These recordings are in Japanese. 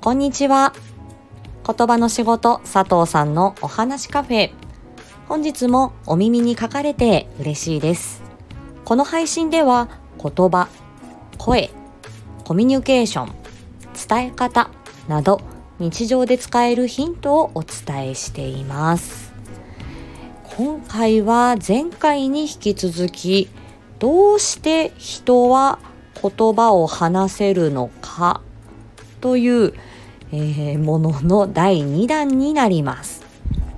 こんにちは。言葉の仕事佐藤さんのお話カフェ。本日もお耳に書かれて嬉しいです。この配信では言葉、声、コミュニケーション、伝え方など日常で使えるヒントをお伝えしています。今回は前回に引き続き、どうして人は言葉を話せるのかという、ものの第2弾になります。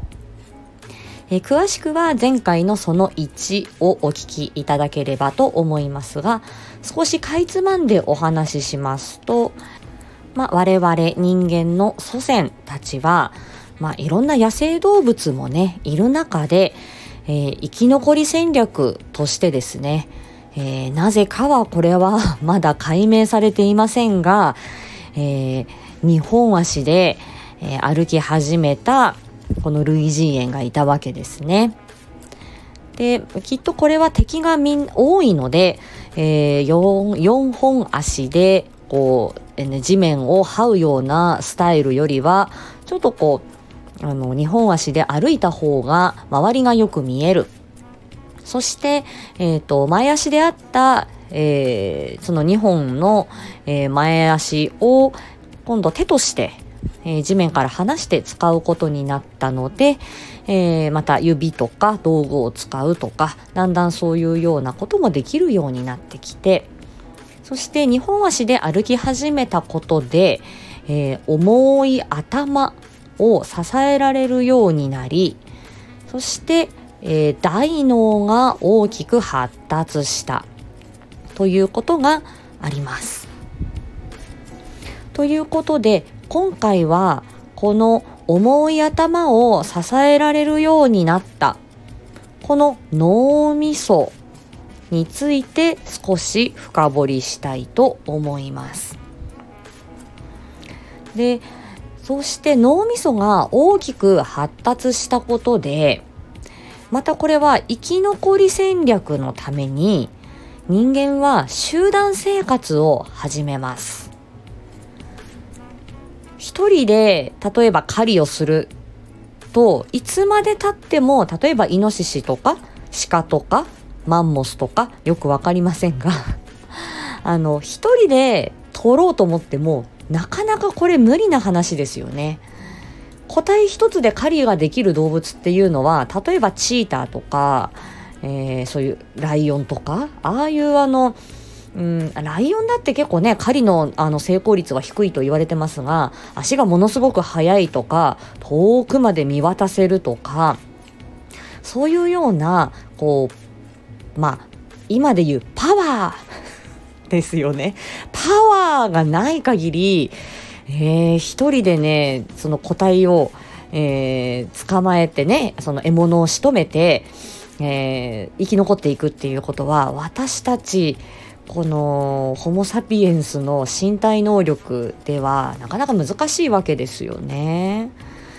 詳しくは前回のその1をお聞きいただければと思いますが、少しかいつまんでお話ししますと、我々人間の祖先たちは、いろんな野生動物もねいる中で、生き残り戦略としてですね、なぜかはこれはまだ解明されていませんが、2本足で、歩き始めたこの類人猿がいたわけですね。で、きっとこれは敵が多いので、4本足でこう、地面を這うようなスタイルよりはちょっとこう2本足で歩いた方が周りがよく見える。そして、前足であった、その2本の、前足を今度手として、地面から離して使うことになったので、また指とか道具を使うとか、だんだんそういうようなこともできるようになってきて、そして2本足で歩き始めたことで、重い頭を支えられるようになり、そして、大脳が大きく発達したということがあります。ということで今回はこの重い頭を支えられるようになったこの脳みそについて少し深掘りしたいと思います。で、そして脳みそが大きく発達したことで、またこれは生き残り戦略のために人間は集団生活を始めます。一人で例えば狩りをするといつまで経っても、例えばイノシシとか鹿とかマンモスとかよくわかりませんが一人で取ろうと思ってもなかなかこれ無理な話ですよね。個体一つで狩りができる動物っていうのは、例えばチーターとか、そういうライオンとか、ああいうライオンだって結構ね狩りの成功率は低いと言われてますが、足がものすごく速いとか、遠くまで見渡せるとか、そういうようなこう今でいうパワーですよね。パワーがない限り、一人でねその個体を、捕まえてね、その獲物を仕留めて、生き残っていくっていうことは、私たちこのホモサピエンスの身体能力ではなかなか難しいわけですよね。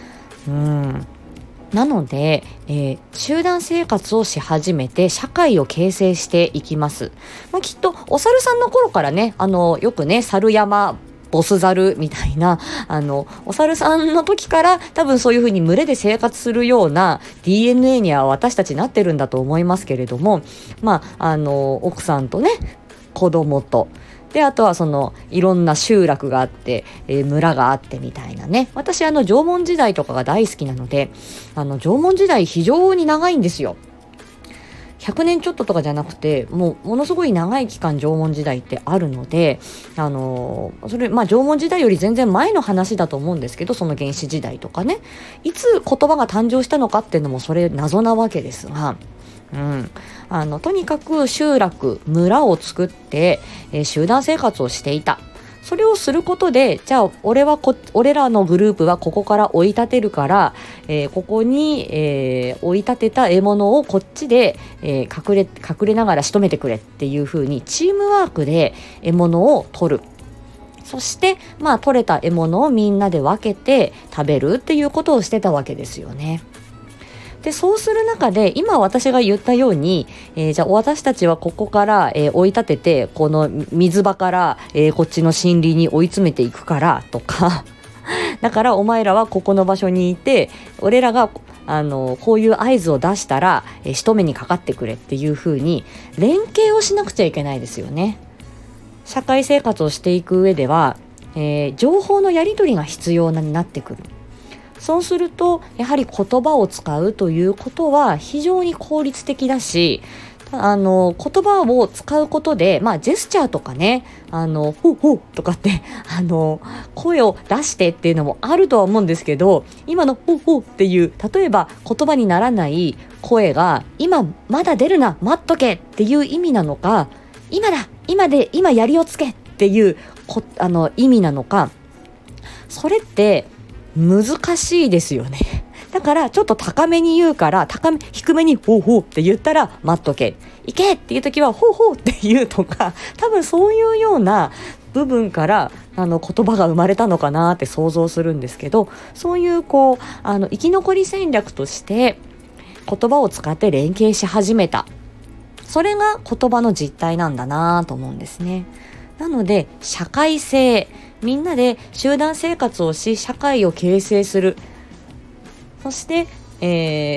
なので、集団生活をし始めて社会を形成していきます。きっとお猿さんの頃からね、よくね猿山ボス猿みたいなお猿さんの時から多分そういうふうに群れで生活するような DNA には私たちなってるんだと思いますけれども、奥さんとね子供とで、あとはそのいろんな集落があって、村があってみたいなね。私縄文時代とかが大好きなので、縄文時代非常に長いんですよ。100年ちょっととかじゃなくて、ものすごい長い期間縄文時代ってあるので、それ縄文時代より全然前の話だと思うんですけど、その原始時代とかね、いつ言葉が誕生したのかっていうのもそれ謎なわけですが、とにかく集落村を作って、集団生活をしていた。それをすることで、じゃあ俺らのグループはここから追い立てるから、ここに、追い立てた獲物をこっちで、隠れながら仕留めてくれっていう風にチームワークで獲物を取る。そして取れた獲物をみんなで分けて食べるっていうことをしてたわけですよね。でそうする中で今私が言ったように、じゃあ私たちはここから、追い立ててこの水場から、こっちの森林に追い詰めていくからとかだからお前らはここの場所にいて、俺らがこういう合図を出したら仕留めにかかってくれっていう風に連携をしなくちゃいけないですよね。社会生活をしていく上では、情報のやり取りが必要になってくる。そうするとやはり言葉を使うということは非常に効率的だし、言葉を使うことで、ジェスチャーとかね、ほうほうとかって声を出してっていうのもあるとは思うんですけど、今のほうほうっていう例えば言葉にならない声が今まだ出るな待っとけっていう意味なのか、今だ今槍をつけっていう意味なのか、それって難しいですよね。だからちょっと高めに言うから、低めにほうほうって言ったら待っとけ、行けっていう時はほうほうって言うとか、多分そういうような部分から言葉が生まれたのかなって想像するんですけど、そういう生き残り戦略として言葉を使って連携し始めた、それが言葉の実態なんだなと思うんですね。なので社会性、みんなで集団生活をし社会を形成する、そして、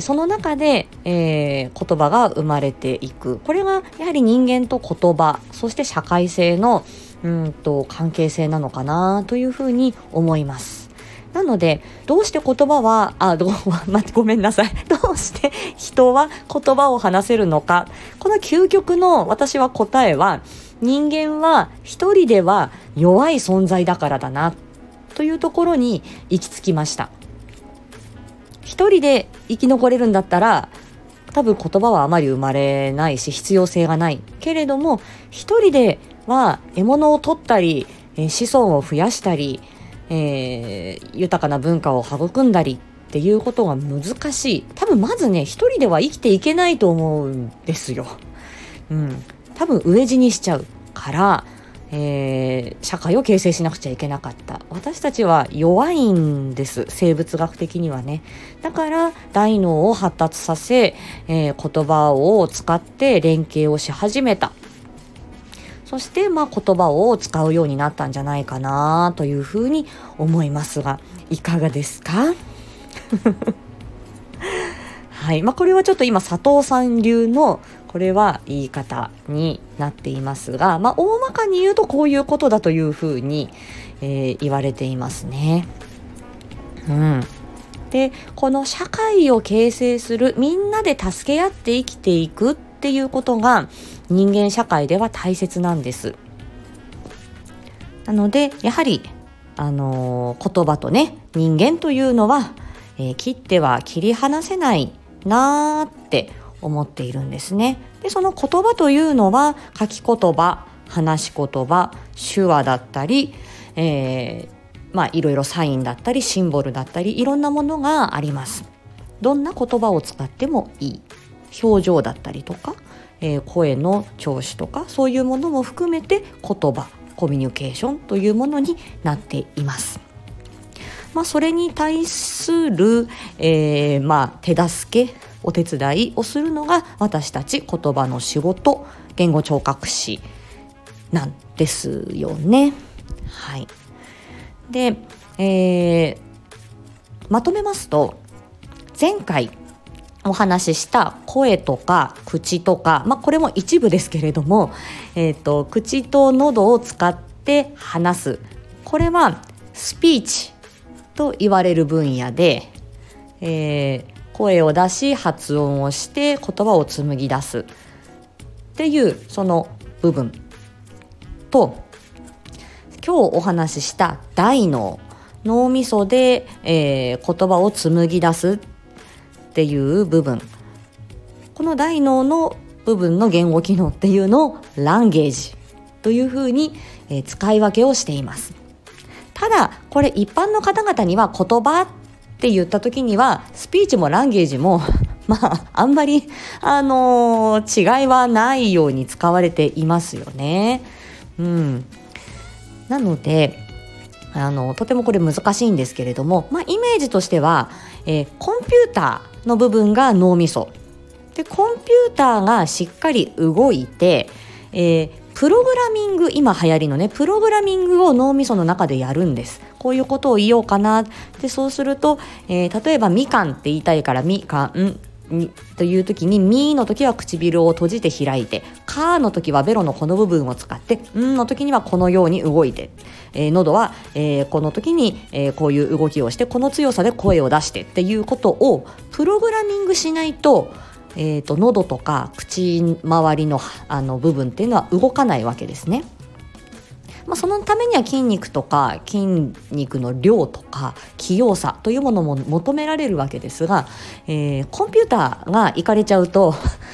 その中で、言葉が生まれていく。これがやはり人間と言葉、そして社会性の関係性なのかなというふうに思います。なのでどうして言葉はごめんなさいどうして人は言葉を話せるのか、この究極の私は答えは、人間は一人では弱い存在だからだなというところに行き着きました。一人で生き残れるんだったら多分言葉はあまり生まれないし必要性がないけれども、一人では獲物を取ったり子孫を増やしたり、豊かな文化を育んだりっていうことが難しい。多分まずね、一人では生きていけないと思うんですよ。多分飢え死にしちゃうから、社会を形成しなくちゃいけなかった。私たちは弱いんです、生物学的にはね。だから大脳を発達させ、言葉を使って連携をし始めた。そして言葉を使うようになったんじゃないかなというふうに思いますが、いかがですか？はい、これはちょっと今佐藤さん流のこれは言い方になっていますが、大まかに言うとこういうことだというふうに、言われていますね。で、この社会を形成する、みんなで助け合って生きていくっていうことが人間社会では大切なんです。なのでやはり言葉とね、人間というのは、切っては切り離せないなって思っているんですね。で、その言葉というのは書き言葉、話し言葉、手話だったり、いろいろサインだったりシンボルだったりいろんなものがあります。どんな言葉を使ってもいい。表情だったりとか、声の調子とかそういうものも含めて言葉、コミュニケーションというものになっています。それに対する、手助けお手伝いをするのが私たち言葉の仕事、言語聴覚士なんですよね。はい。で、まとめますと、前回お話しした声とか口とか、これも一部ですけれども、口と喉を使って話す、これはスピーチと言われる分野で、声を出し発音をして言葉を紡ぎ出すっていうその部分と、今日お話しした大脳、脳みそで、言葉を紡ぎ出すっていう部分、この大脳の部分の言語機能っていうのをランゲージというふうに、使い分けをしています。ただこれ一般の方々には言葉って言った時にはスピーチもランゲージもあんまり、違いはないように使われていますよね。なのでとてもこれ難しいんですけれども、イメージとしては、コンピューターの部分が脳みそで、コンピューターがしっかり動いて、ププログラミング、今流行りのねプログラミングを脳みその中でやるんです。こういうことを言おうかな。でそうすると、例えばみかんって言いたいからみかんという時に、みの時は唇を閉じて開いて、かの時はベロのこの部分を使って、の時にはこのように動いて、喉は、この時に、こういう動きをして、この強さで声を出してっていうことをプログラミングしないと、喉とか口周りの、部分っていうのは動かないわけですね。そのためには筋肉とか筋肉の量とか器用さというものも求められるわけですが、コンピューターがいかれちゃうと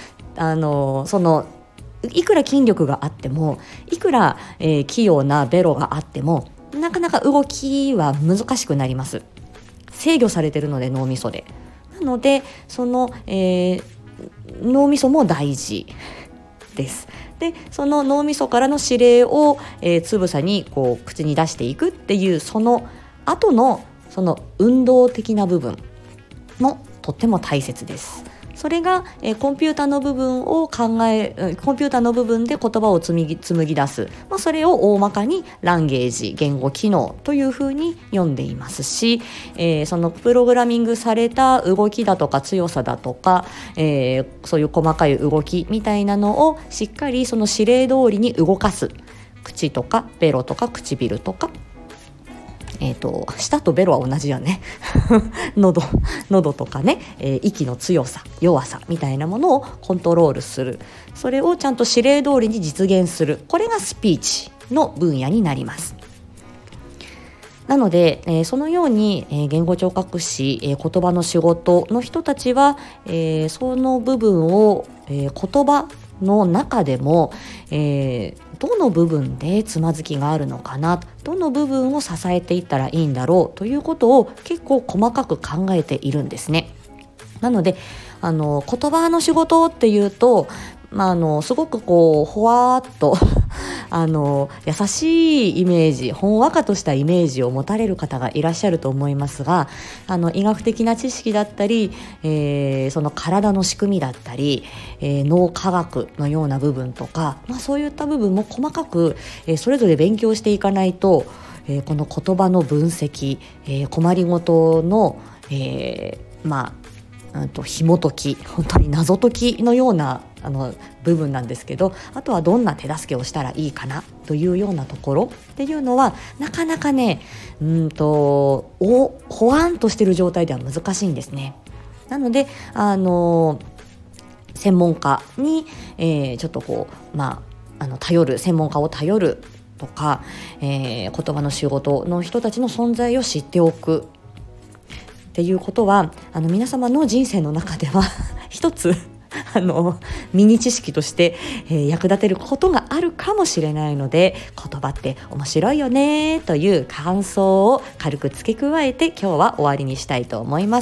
いくら筋力があっても、いくら、器用なベロがあっても、なかなか動きは難しくなります。制御されているので、脳みそで。なのでその、脳みそも大事です。でその脳みそからの指令を、つぶさにこう口に出していくっていう、その後のその運動的な部分もとっても大切です。それが、コンピューターの部分をコンピューターの部分で言葉を紡ぎ出す、それを大まかにランゲージ、言語機能というふうに読んでいますし、そのプログラミングされた動きだとか強さだとか、そういう細かい動きみたいなのをしっかりその指令通りに動かす、口とかベロとか唇とか、舌とベロは同じよね喉とかね、息の強さ弱さみたいなものをコントロールする、それをちゃんと指令通りに実現する、これがスピーチの分野になります。なので、そのように、言語聴覚士、言葉の仕事の人たちは、その部分を、言葉の中でも、どの部分でつまずきがあるのかな、どの部分を支えていったらいいんだろうということを結構細かく考えているんですね。なので言葉の仕事っていうと、すごくこうほわーっと優しいイメージ、ほんわかとしたイメージを持たれる方がいらっしゃると思いますが、医学的な知識だったり、その体の仕組みだったり、脳科学のような部分とか、そういった部分も細かく、それぞれ勉強していかないと、この言葉の分析、困りごとの、紐解き、本当に謎解きのような部分なんですけど、あとはどんな手助けをしたらいいかなというようなところっていうのは、なかなかねほわんとしている状態では難しいんですね。なので専門家に、ちょっとこう専門家を頼るとか、言葉の仕事の人たちの存在を知っておくっていうことは、皆様の人生の中では一つミニ知識として、役立てることがあるかもしれないので、言葉って面白いよねという感想を軽く付け加えて、今日は終わりにしたいと思います。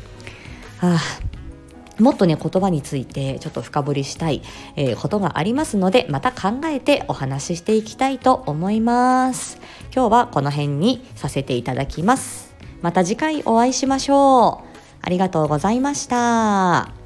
もっとね、言葉についてちょっと深掘りしたい、ことがありますので、また考えてお話ししていきたいと思います。今日はこの辺にさせていただきます。また次回お会いしましょう。ありがとうございました。